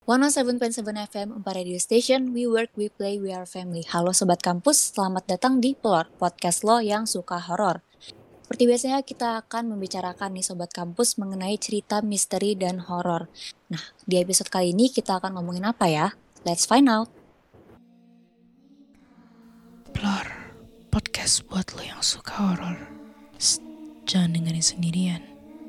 107.7 FM, 4 radio station, we work, we play, we are family. Halo Sobat Kampus, selamat datang di Pelor, podcast lo yang suka horor. Seperti biasanya kita akan membicarakan nih Sobat Kampus mengenai cerita misteri dan horor. Nah, di episode kali ini kita akan ngomongin apa ya? Let's find out. Pelor, podcast buat lo yang suka horor. Jangan dengerin sendirian.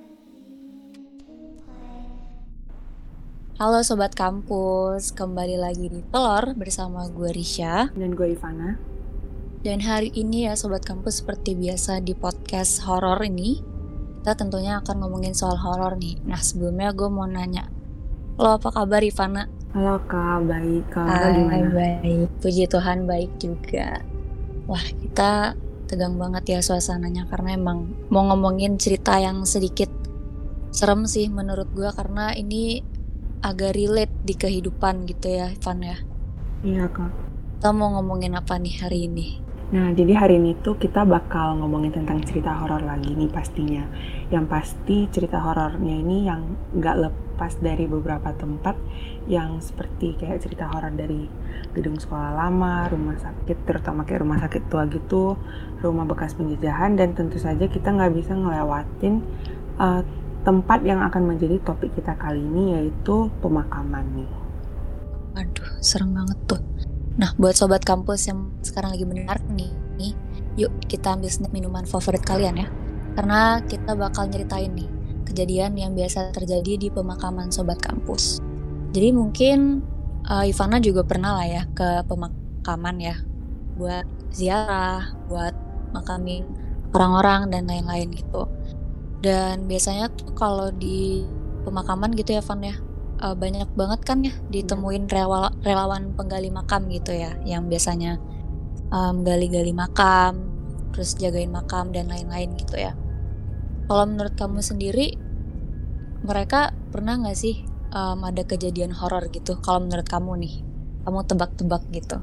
Halo Sobat Kampus, kembali lagi di Pelor bersama gue Risha. Dan gue Ivana. Dan hari ini ya Sobat Kampus, seperti biasa di podcast horor ini, kita tentunya akan ngomongin soal horor nih. Nah sebelumnya gue mau nanya, lo apa kabar Ivana? Halo Kak, baik. Kak gimana? Baik, puji Tuhan baik juga. Wah kita tegang banget ya suasananya karena emang mau ngomongin cerita yang sedikit serem sih menurut gue, karena ini agak relate di kehidupan gitu ya Ivan ya. Iya Kak. Kita mau ngomongin apa nih hari ini? Nah jadi hari ini tuh kita bakal ngomongin tentang cerita horor lagi nih pastinya. Yang pasti cerita horornya ini yang gak lepas dari beberapa tempat, yang seperti kayak cerita horor dari gedung sekolah lama, rumah sakit, terutama kayak rumah sakit tua gitu, rumah bekas penjajahan, dan tentu saja kita gak bisa ngelewatin tempat yang akan menjadi topik kita kali ini, yaitu pemakaman nih. Aduh, serem banget tuh. Nah, buat Sobat Kampus yang sekarang lagi mendengar nih, yuk kita ambil snack minuman favorit kalian ya. Karena kita bakal nyeritain nih kejadian yang biasa terjadi di pemakaman Sobat Kampus. Jadi mungkin Ivana juga pernah lah ya ke pemakaman ya, buat ziarah, buat makamin orang-orang dan lain-lain gitu. Dan biasanya tuh kalau di pemakaman gitu ya Van ya, banyak banget kan ya ditemuin relawan penggali makam gitu ya, yang biasanya gali-gali makam, terus jagain makam dan lain-lain gitu ya. Kalau menurut kamu sendiri, mereka pernah nggak sih ada kejadian horor gitu? Kalau menurut kamu nih, kamu tebak-tebak gitu.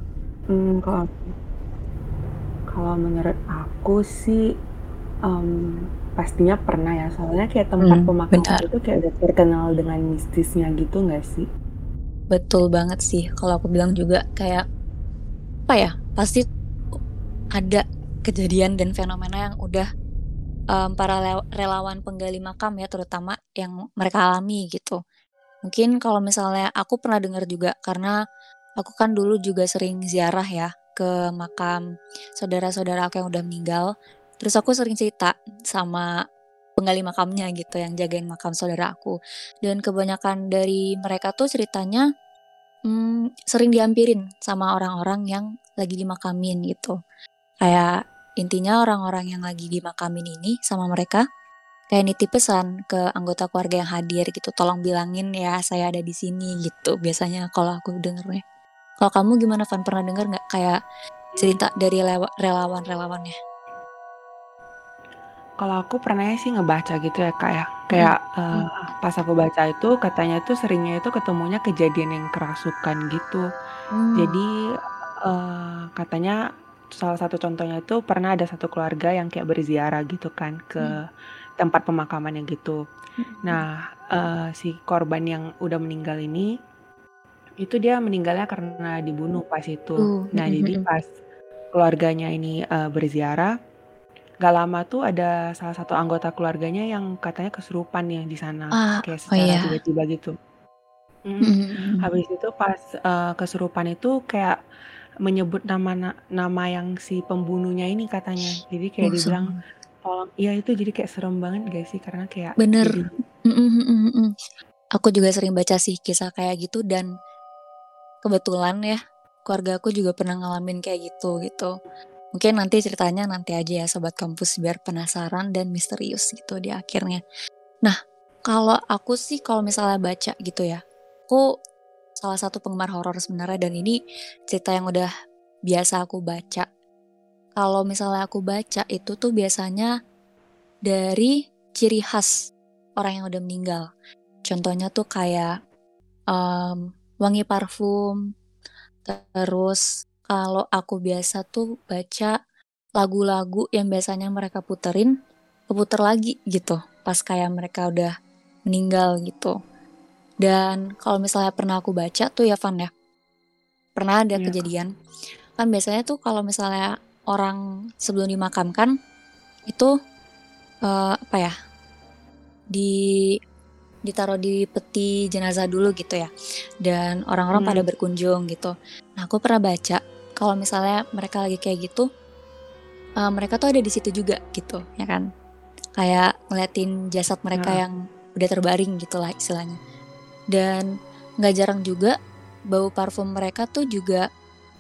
Kalau menurut aku sih pastinya pernah ya, soalnya kayak tempat pemakaman itu kayak udah terkenal dengan mistisnya gitu nggak sih? Betul banget sih, kalau aku bilang juga kayak apa ya, pasti ada kejadian dan fenomena yang udah para relawan penggali makam ya terutama yang mereka alami gitu. Mungkin kalau misalnya aku pernah dengar juga, karena aku kan dulu juga sering ziarah ya ke makam saudara-saudara aku yang udah meninggal. Terus aku sering cerita sama penggali makamnya gitu yang jagain makam saudara aku. Dan kebanyakan dari mereka tuh ceritanya sering dihampirin sama orang-orang yang lagi dimakamin gitu. Kayak intinya orang-orang yang lagi dimakamin ini sama mereka kayak nitip pesan ke anggota keluarga yang hadir gitu, tolong bilangin ya saya ada di sini gitu. Biasanya kalau aku dengernya. Kalau kamu gimana Van, pernah denger nggak kayak cerita dari relawan-relawannya? Kalau aku pernah sih ngebaca gitu ya Kak ya, kayak pas aku baca itu katanya tuh seringnya itu ketemunya kejadian yang kerasukan gitu. Jadi katanya salah satu contohnya itu pernah ada satu keluarga yang kayak berziarah gitu kan ke tempat pemakaman yang gitu. Nah si korban yang udah meninggal ini, itu dia meninggalnya karena dibunuh pas itu. Nah jadi pas keluarganya ini berziarah, gak lama tuh ada salah satu anggota keluarganya yang katanya kesurupan yang di sana, kayak secara tiba-tiba gitu. Habis itu pas kesurupan itu kayak menyebut nama yang si pembunuhnya ini katanya. Jadi kayak dibilang tolong. Iya itu jadi kayak serem banget gak sih, karena kayak bener. jadi Aku juga sering baca sih kisah kayak gitu, dan kebetulan ya keluarga aku juga pernah ngalamin kayak gitu. Mungkin nanti ceritanya nanti aja ya Sobat Kampus, biar penasaran dan misterius gitu di akhirnya. Nah, kalau aku sih kalau misalnya baca gitu ya, aku salah satu penggemar horor sebenarnya, dan ini cerita yang udah biasa aku baca. Kalau misalnya aku baca itu tuh biasanya dari ciri khas orang yang udah meninggal. Contohnya tuh kayak wangi parfum. Terus kalau aku biasa tuh baca lagu-lagu yang biasanya mereka keputer lagi gitu pas kayak mereka udah meninggal gitu. Dan kalau misalnya pernah aku baca tuh ya Van ya, pernah ada Iya. kejadian, kan biasanya tuh kalau misalnya orang sebelum dimakamkan itu apa ya, ditaruh di peti jenazah dulu gitu ya, dan orang-orang pada berkunjung gitu. Nah aku pernah baca kalau misalnya mereka lagi kayak gitu, mereka tuh ada di situ juga gitu ya kan, kayak ngeliatin jasad mereka Heeh. yang udah terbaring gitulah istilahnya. Dan nggak jarang juga bau parfum mereka tuh juga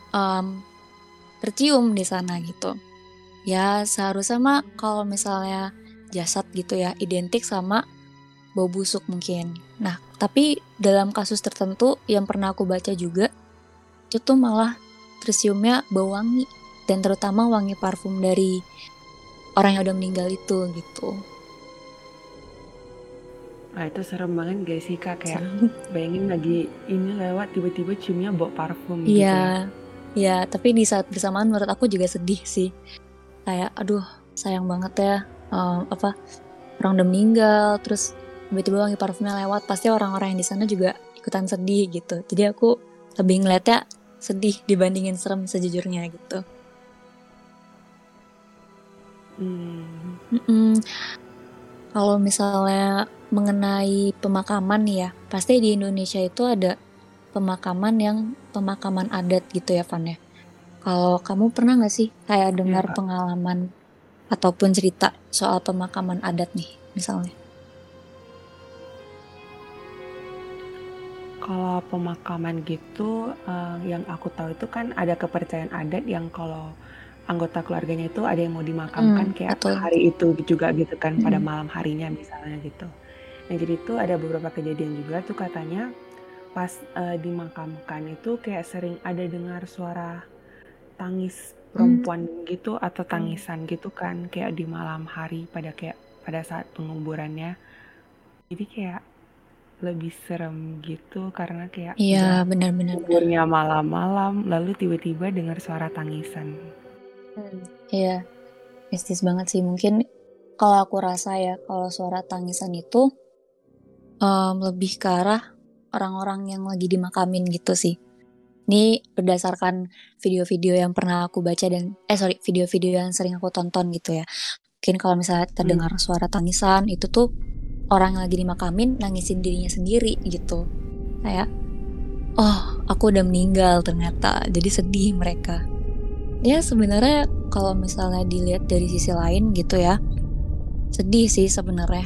tercium di sana gitu. Ya seharusnya mah kalau misalnya jasad gitu ya identik sama bau busuk mungkin. Nah tapi dalam kasus tertentu yang pernah aku baca juga, itu tuh malah terciumnya bau wangi, dan terutama wangi parfum dari orang yang udah meninggal itu gitu. Itu serem banget gak sih Kak? Kayak Serem. bayangin lagi ini lewat tiba-tiba ciumnya bau parfum gitu ya. Iya, tapi di saat bersamaan menurut aku juga sedih sih. Kayak aduh sayang banget ya, orang udah meninggal terus tiba-tiba wangi parfumnya lewat, pasti orang-orang yang di sana juga ikutan sedih gitu. Jadi aku lebih ngeliatnya sedih dibandingin serem sejujurnya gitu. Kalau misalnya mengenai pemakaman nih ya, pasti di Indonesia itu ada pemakaman adat gitu ya Van ya. Kalau kamu pernah nggak sih kayak Iya dengar Kak. pengalaman ataupun cerita soal pemakaman adat nih misalnya? Kalau pemakaman gitu, yang aku tahu itu kan ada kepercayaan adat yang kalau anggota keluarganya itu ada yang mau dimakamkan kayak Betul. hari itu juga gitu kan, pada Mm-mm. malam harinya misalnya gitu. Nah jadi itu ada beberapa kejadian juga tuh katanya pas dimakamkan itu kayak sering ada dengar suara tangis perempuan gitu atau tangisan gitu kan kayak di malam hari pada saat penguburannya. Jadi kayak lebih serem gitu karena kayak udah Iya, benar-benar. kuburnya malam-malam lalu tiba-tiba dengar suara tangisan. Iya, mistis banget sih. Mungkin kalau aku rasa ya, kalau suara tangisan itu lebih ke arah orang-orang yang lagi dimakamin gitu sih. Ini berdasarkan video-video yang pernah aku baca video-video yang sering aku tonton gitu ya. Mungkin kalau misalnya terdengar suara tangisan, itu tuh orang yang lagi dimakamin nangisin dirinya sendiri gitu. Kayak, oh aku udah meninggal ternyata, jadi sedih mereka. Ya sebenarnya kalau misalnya dilihat dari sisi lain gitu ya, sedih sih sebenarnya.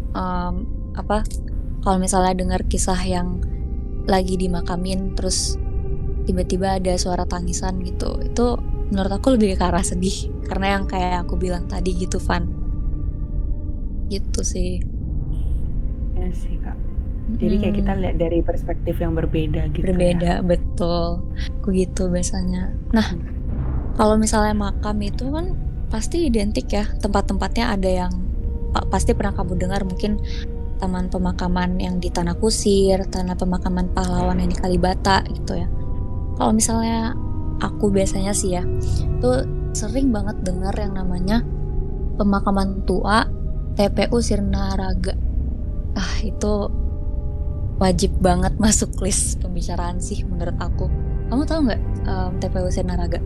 Kalau misalnya dengar kisah yang lagi dimakamin terus tiba-tiba ada suara tangisan gitu, itu menurut aku lebih ke arah sedih karena yang kayak aku bilang tadi gitu Van, gitu sih. Ya sih Kak. Jadi kayak kita lihat dari perspektif yang berbeda gitu ya. Betul, aku gitu biasanya. Nah kalau misalnya makam itu kan pasti identik ya, tempat-tempatnya ada yang pasti pernah kamu dengar, mungkin taman pemakaman yang di Tanah Kusir, tanah pemakaman pahlawan yang di Kalibata gitu ya. Kalau misalnya aku biasanya sih ya, tuh sering banget dengar yang namanya pemakaman tua TPU Sirna Raga. Itu wajib banget masuk list pembicaraan sih menurut aku. Kamu tahu nggak TPU Sirna Raga?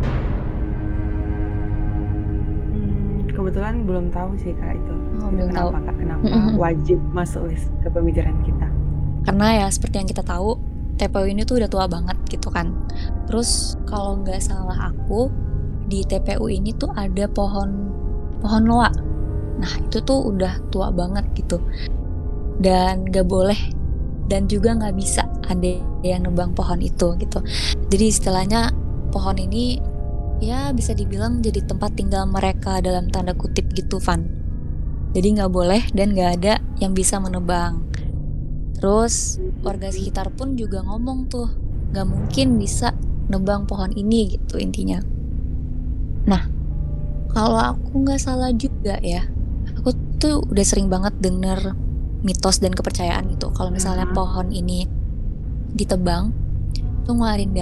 Kebetulan belum tahu sih Kak itu. Belum tahu. Kenapa wajib masuk list ke pembicaraan kita? Karena ya seperti yang kita tahu, TPU ini tuh udah tua banget gitu kan. Terus kalau nggak salah aku, di TPU ini tuh ada pohon loa. Nah itu tuh udah tua banget gitu. Dan nggak boleh dan juga nggak bisa ada yang nebang pohon itu gitu. Jadi istilahnya pohon ini ya bisa dibilang jadi tempat tinggal mereka dalam tanda kutip gitu Van. Jadi nggak boleh dan nggak ada yang bisa menebang. Terus warga sekitar pun juga ngomong tuh, nggak mungkin bisa nebang pohon ini gitu intinya. Nah kalau aku nggak salah juga ya, aku tuh udah sering banget denger mitos dan kepercayaan gitu. Kalau misalnya pohon ini ditebang, tuh ngeluarin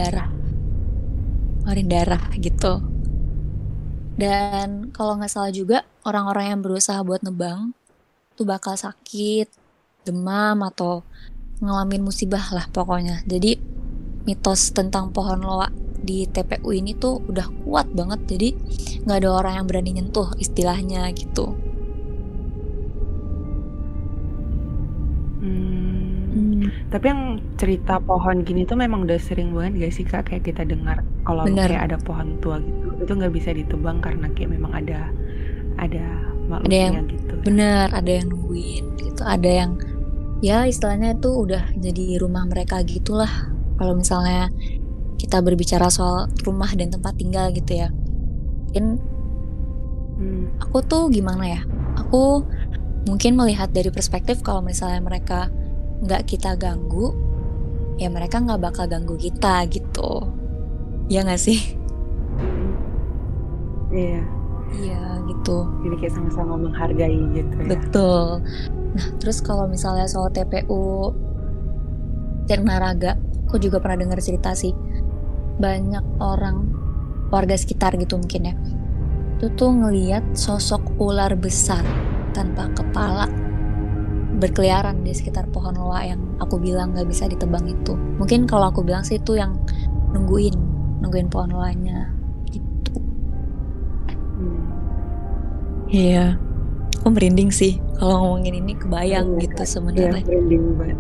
darah gitu. Dan kalau nggak salah juga orang-orang yang berusaha buat nebang tuh bakal sakit, demam atau ngalamin musibah lah pokoknya. Jadi mitos tentang pohon loa di TPU ini tuh udah kuat banget, jadi nggak ada orang yang berani nyentuh istilahnya gitu. Tapi yang cerita pohon gini tuh memang udah sering banget gak sih Kak, kayak kita dengar kalau Bener, kayak ada pohon tua gitu, itu nggak bisa ditebang karena kayak memang ada ada yang makhluknya gitu ya. bener, ada yang nungguin gitu, ada yang ya istilahnya itu udah jadi rumah mereka gitulah. Kalau misalnya kita berbicara soal rumah dan tempat tinggal gitu ya, mungkin aku tuh gimana ya, aku mungkin melihat dari perspektif kalau misalnya mereka nggak kita ganggu, ya mereka nggak bakal ganggu kita gitu. Ya nggak sih? Iya, Iya gitu. jadi kayak sama-sama menghargai gitu ya. Betul. Nah terus kalau misalnya soal TPU Tirnaraga, aku juga pernah dengar cerita sih. Banyak orang warga sekitar gitu mungkin ya, itu tuh ngelihat sosok ular besar tanpa kepala berkeliaran di sekitar pohon loa yang aku bilang nggak bisa ditebang itu. Mungkin kalau aku bilang sih itu yang nungguin pohon loanya gitu. Iya, aku merinding sih kalau ngomongin ini, kebayang gitu sebenarnya. Iya, merinding banget.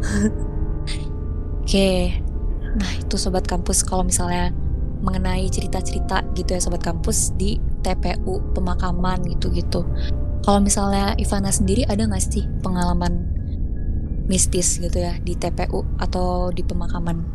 Oke, nah itu Sobat Kampus kalau misalnya mengenai cerita-cerita gitu ya Sobat Kampus di TPU pemakaman gitu-gitu. Kalau misalnya Ivana sendiri ada nggak sih pengalaman mistis gitu ya di TPU atau di pemakaman?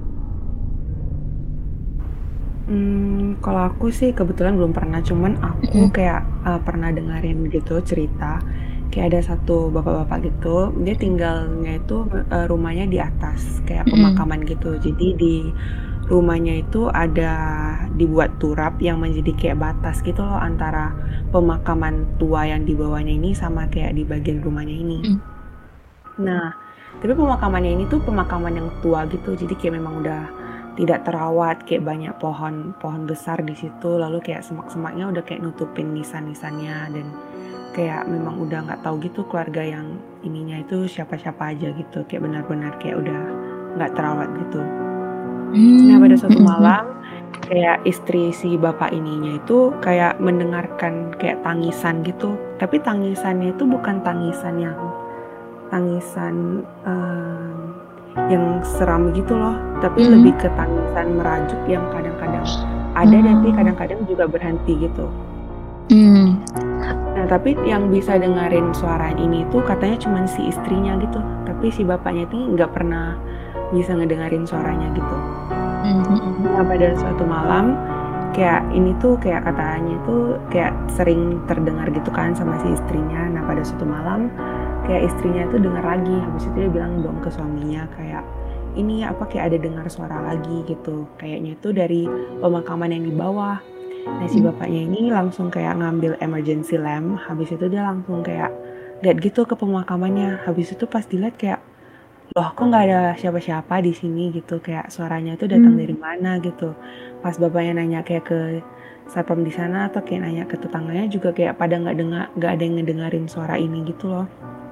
Kalau aku sih kebetulan belum pernah, cuman aku kayak pernah dengerin gitu cerita, kayak ada satu bapak-bapak gitu, dia tinggalnya itu rumahnya di atas, kayak pemakaman gitu. Jadi di rumahnya itu ada dibuat turap yang menjadi kayak batas gitu loh antara pemakaman tua yang di bawahnya ini sama kayak di bagian rumahnya ini. Nah, tapi pemakamannya ini tuh pemakaman yang tua gitu, jadi kayak memang udah tidak terawat, kayak banyak pohon besar di situ, lalu kayak semak-semaknya udah kayak nutupin nisan-nisannya, dan kayak memang udah nggak tahu gitu keluarga yang ininya itu siapa-siapa aja gitu, kayak benar-benar kayak udah nggak terawat gitu. Nah pada suatu malam kayak istri si bapak ininya itu kayak mendengarkan kayak tangisan gitu, tapi tangisannya itu bukan tangisan yang seram gitu loh, tapi lebih ke tangisan merajuk yang kadang-kadang ada tapi kadang-kadang juga berhenti gitu. Nah tapi yang bisa dengerin suara ini tuh katanya cuma si istrinya gitu, tapi si bapaknya itu nggak pernah bisa ngedengerin suaranya gitu. Nah pada suatu malam kayak ini tuh kayak katanya tuh kayak sering terdengar gitu kan sama si istrinya. Nah pada suatu malam kayak istrinya itu dengar lagi, habis itu dia bilang dong ke suaminya kayak ini apa kayak ada dengar suara lagi gitu, kayaknya itu dari pemakaman yang di bawah. Nah si bapaknya ini langsung kayak ngambil emergency lamp, habis itu dia langsung kayak lihat gitu ke pemakamannya, habis itu pas dilihat kayak loh kok nggak ada siapa-siapa di sini gitu, kayak suaranya itu datang dari mana gitu. Pas bapaknya nanya kayak ke satpam di sana atau kayak nanya ke tetangganya juga kayak pada nggak ada yang ngedengerin suara ini gitu loh.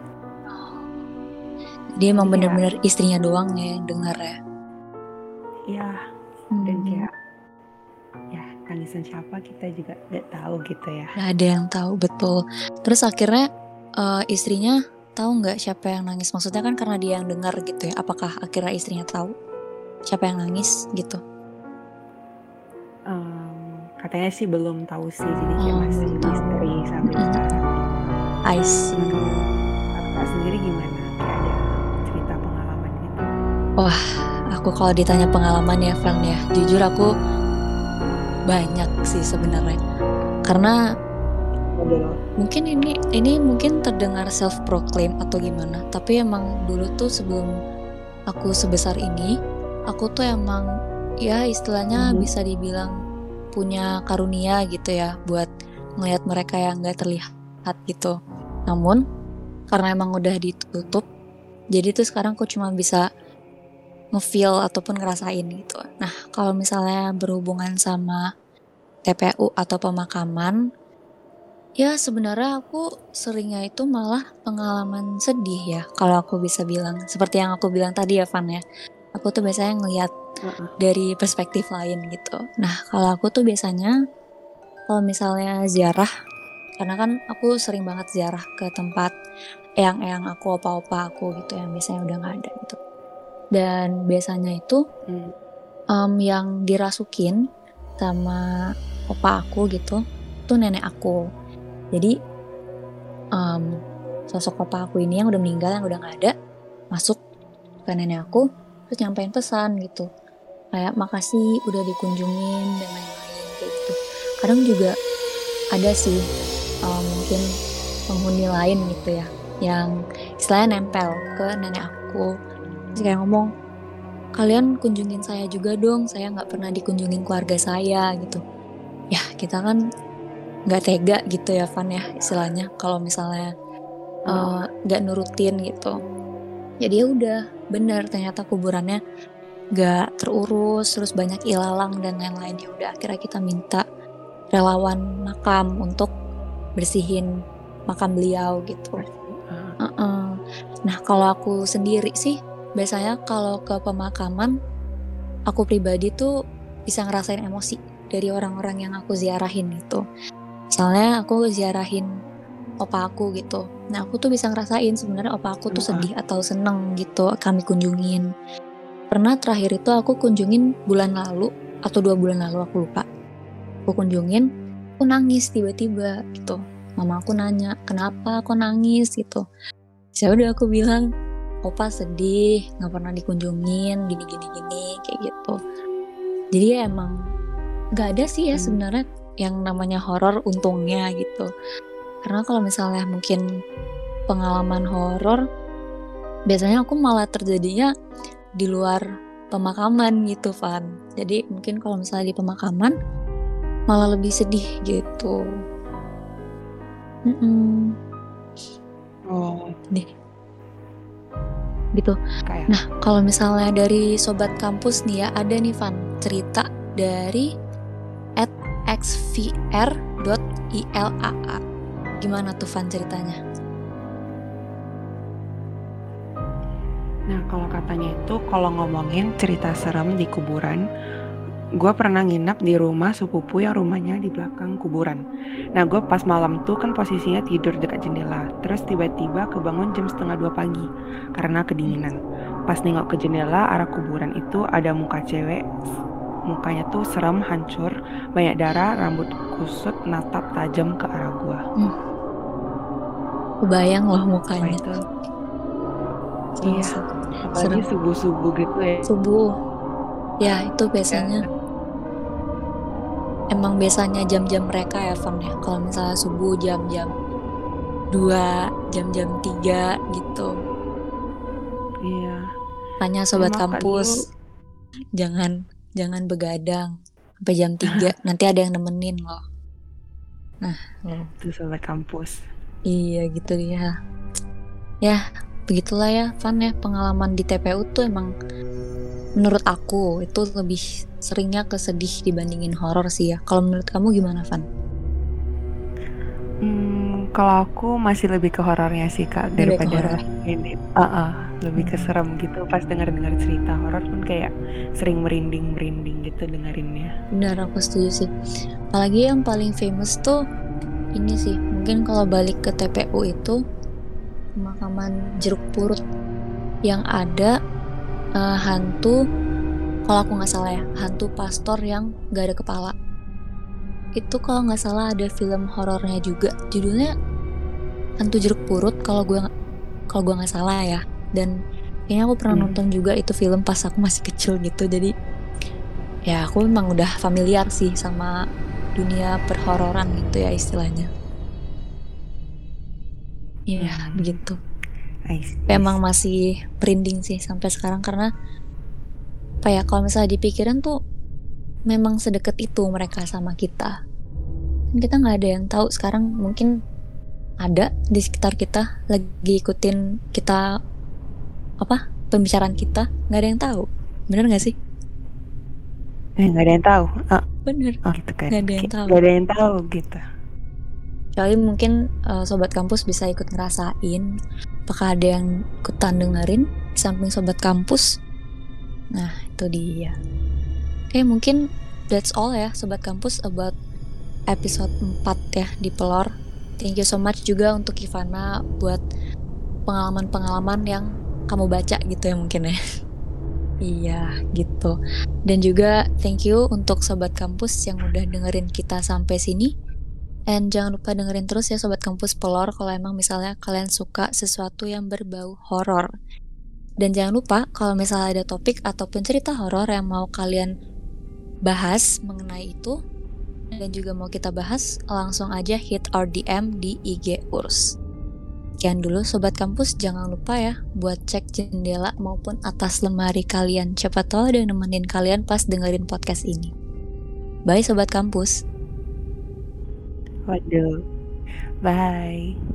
Dia emang Jadi kayak bener-bener istrinya doang ya yang dengar ya. iya, dan kayak ya tangisan siapa kita juga nggak tahu gitu ya. Gak ada yang tahu, betul. Terus akhirnya istrinya tahu nggak siapa yang nangis? Maksudnya kan karena dia yang dengar gitu ya. Apakah akhirnya istrinya tahu siapa yang nangis gitu? Katanya sih belum tahu sih, jadi kayak masih belum tahu. misteri sampai sekarang. I see. Kakak sendiri gimana? Kayak ada cerita pengalaman gitu? Wah, aku kalau ditanya pengalaman ya, Van ya, jujur aku banyak sih sebenarnya. Karena mungkin ini mungkin terdengar self proclaim atau gimana, tapi emang dulu tuh sebelum aku sebesar ini, aku tuh emang ya istilahnya bisa dibilang punya karunia gitu ya buat ngelihat mereka yang nggak terlihat gitu. Namun karena emang udah ditutup, jadi tuh sekarang aku cuma bisa nge-feel ataupun ngerasain gitu. Nah kalau misalnya berhubungan sama TPU atau pemakaman, Ya sebenarnya aku seringnya itu malah pengalaman sedih ya, kalau aku bisa bilang. Seperti yang aku bilang tadi ya Van ya, aku tuh biasanya ngelihat Heeh. dari perspektif lain gitu. Nah kalau aku tuh biasanya, kalau misalnya ziarah, karena kan aku sering banget ziarah ke tempat eyang-eyang aku, opa-opa aku gitu yang biasanya udah gak ada gitu. Dan biasanya itu yang dirasukin sama opa aku gitu, tuh nenek aku. Jadi sosok opa aku ini yang udah meninggal, yang udah gak ada, masuk ke nenek aku, terus nyampein pesan gitu. Kayak makasih udah dikunjungin dan lain-lain kayak gitu. Kadang juga ada sih mungkin penghuni lain gitu ya, yang istilahnya nempel ke nenek aku. Terus kayak ngomong, kalian kunjungin saya juga dong, saya gak pernah dikunjungin keluarga saya gitu. Ya kita kan gak tega gitu ya Van ya istilahnya, kalau misalnya gak nurutin gitu. Jadi ya udah, bener ternyata kuburannya gak terurus, terus banyak ilalang dan lain-lain. Ya udah akhirnya kita minta relawan makam untuk bersihin makam beliau gitu. Nah kalau aku sendiri sih biasanya kalau ke pemakaman, aku pribadi tuh bisa ngerasain emosi dari orang-orang yang aku ziarahin gitu. Misalnya aku ziarahin opa aku gitu, nah aku tuh bisa ngerasain sebenarnya opa aku tuh sedih atau seneng gitu kami kunjungin. Pernah terakhir itu aku kunjungin bulan lalu atau 2 bulan lalu, aku lupa. Aku kunjungin, aku nangis tiba-tiba gitu. Mama aku nanya, kenapa kok nangis gitu. Ya udah aku bilang, opa sedih, nggak pernah dikunjungin, gini kayak gitu. Jadi ya emang nggak ada sih ya sebenarnya yang namanya horor untungnya gitu. Karena kalau misalnya mungkin pengalaman horor, biasanya aku malah terjadinya di luar pemakaman gitu Van. Jadi mungkin kalau misalnya di pemakaman malah lebih sedih gitu. Deh gitu. Nah kalau misalnya dari sobat kampus nih ya, ada nih Van cerita dari @xvr.ilaa. Gimana tuh Van ceritanya? Nah kalau katanya itu, kalau ngomongin cerita serem di kuburan, gue pernah nginap di rumah sepupu yang rumahnya di belakang kuburan. Nah gue pas malam tuh kan posisinya tidur dekat jendela, terus tiba-tiba kebangun jam 1:30 pagi karena kedinginan. Pas nengok ke jendela arah kuburan itu ada muka cewek, mukanya tuh serem, hancur, banyak darah, rambut kusut, natap tajam ke arah gue. Kebayang loh mukanya. Itu iya, apalagi subuh-subuh gitu ya. Subuh. Ya itu biasanya emang biasanya jam-jam mereka ya Van ya. Kalau misalnya subuh jam-jam 2, jam-jam 3 gitu. Iya. Tanya sobat kampus, jangan begadang sampai jam 3, nanti ada yang nemenin loh. Nah, itu sobat kampus. Iya gitu ya. Ya, begitulah ya Van ya, pengalaman di TPU tuh emang menurut aku itu lebih seringnya ke sedih dibandingin horor sih ya. Kalau menurut kamu gimana Van? Kalau aku masih lebih ke horornya sih Kak, daripada ini. Lebih ke serem gitu. Pas denger cerita horor pun kayak sering merinding gitu dengerinnya. Benar, aku setuju sih. Apalagi yang paling famous tuh ini sih, mungkin kalau balik ke TPU itu pemakaman Jeruk Purut yang ada hantu, kalau aku nggak salah ya, hantu pastor yang nggak ada kepala. Itu kalau nggak salah ada film horornya juga, judulnya Hantu Jeruk Purut kalau gue nggak salah ya. Dan kayaknya aku pernah nonton juga itu film pas aku masih kecil gitu. Jadi ya aku memang udah familiar sih sama dunia perhororan gitu ya istilahnya. Iya begitu. Emang masih merinding sih sampai sekarang, karena apa ya, kalau misalnya dipikirin tuh memang sedekat itu mereka sama kita. Kita nggak ada yang tahu sekarang, mungkin ada di sekitar kita lagi ikutin kita pembicaraan kita, nggak ada yang tahu. Bener nggak sih? Nggak ada yang tahu. Bener. Gitu kan. Nggak ada yang tahu. Nggak ada yang tahu gitu. Kecuali mungkin sobat kampus bisa ikut ngerasain apakah ada yang ikutan dengerin di samping sobat kampus. Nah, itu dia. Oke, mungkin that's all ya sobat kampus about episode 4 ya di Pelor. Thank you so much juga untuk Ivana buat pengalaman-pengalaman yang kamu baca gitu ya mungkin ya. Iya, gitu. Dan juga thank you untuk sobat kampus yang udah dengerin kita sampai sini. And jangan lupa dengerin terus ya sobat kampus Pelor kalau emang misalnya kalian suka sesuatu yang berbau horor. Dan jangan lupa kalau misalnya ada topik ataupun cerita horor yang mau kalian bahas mengenai itu dan juga mau kita bahas, langsung aja hit our DM di IG URS. Sekian dulu sobat kampus, jangan lupa ya buat cek jendela maupun atas lemari kalian. Siapa tahu ada yang nemenin kalian pas dengerin podcast ini. Bye sobat kampus. Waduh. Bye.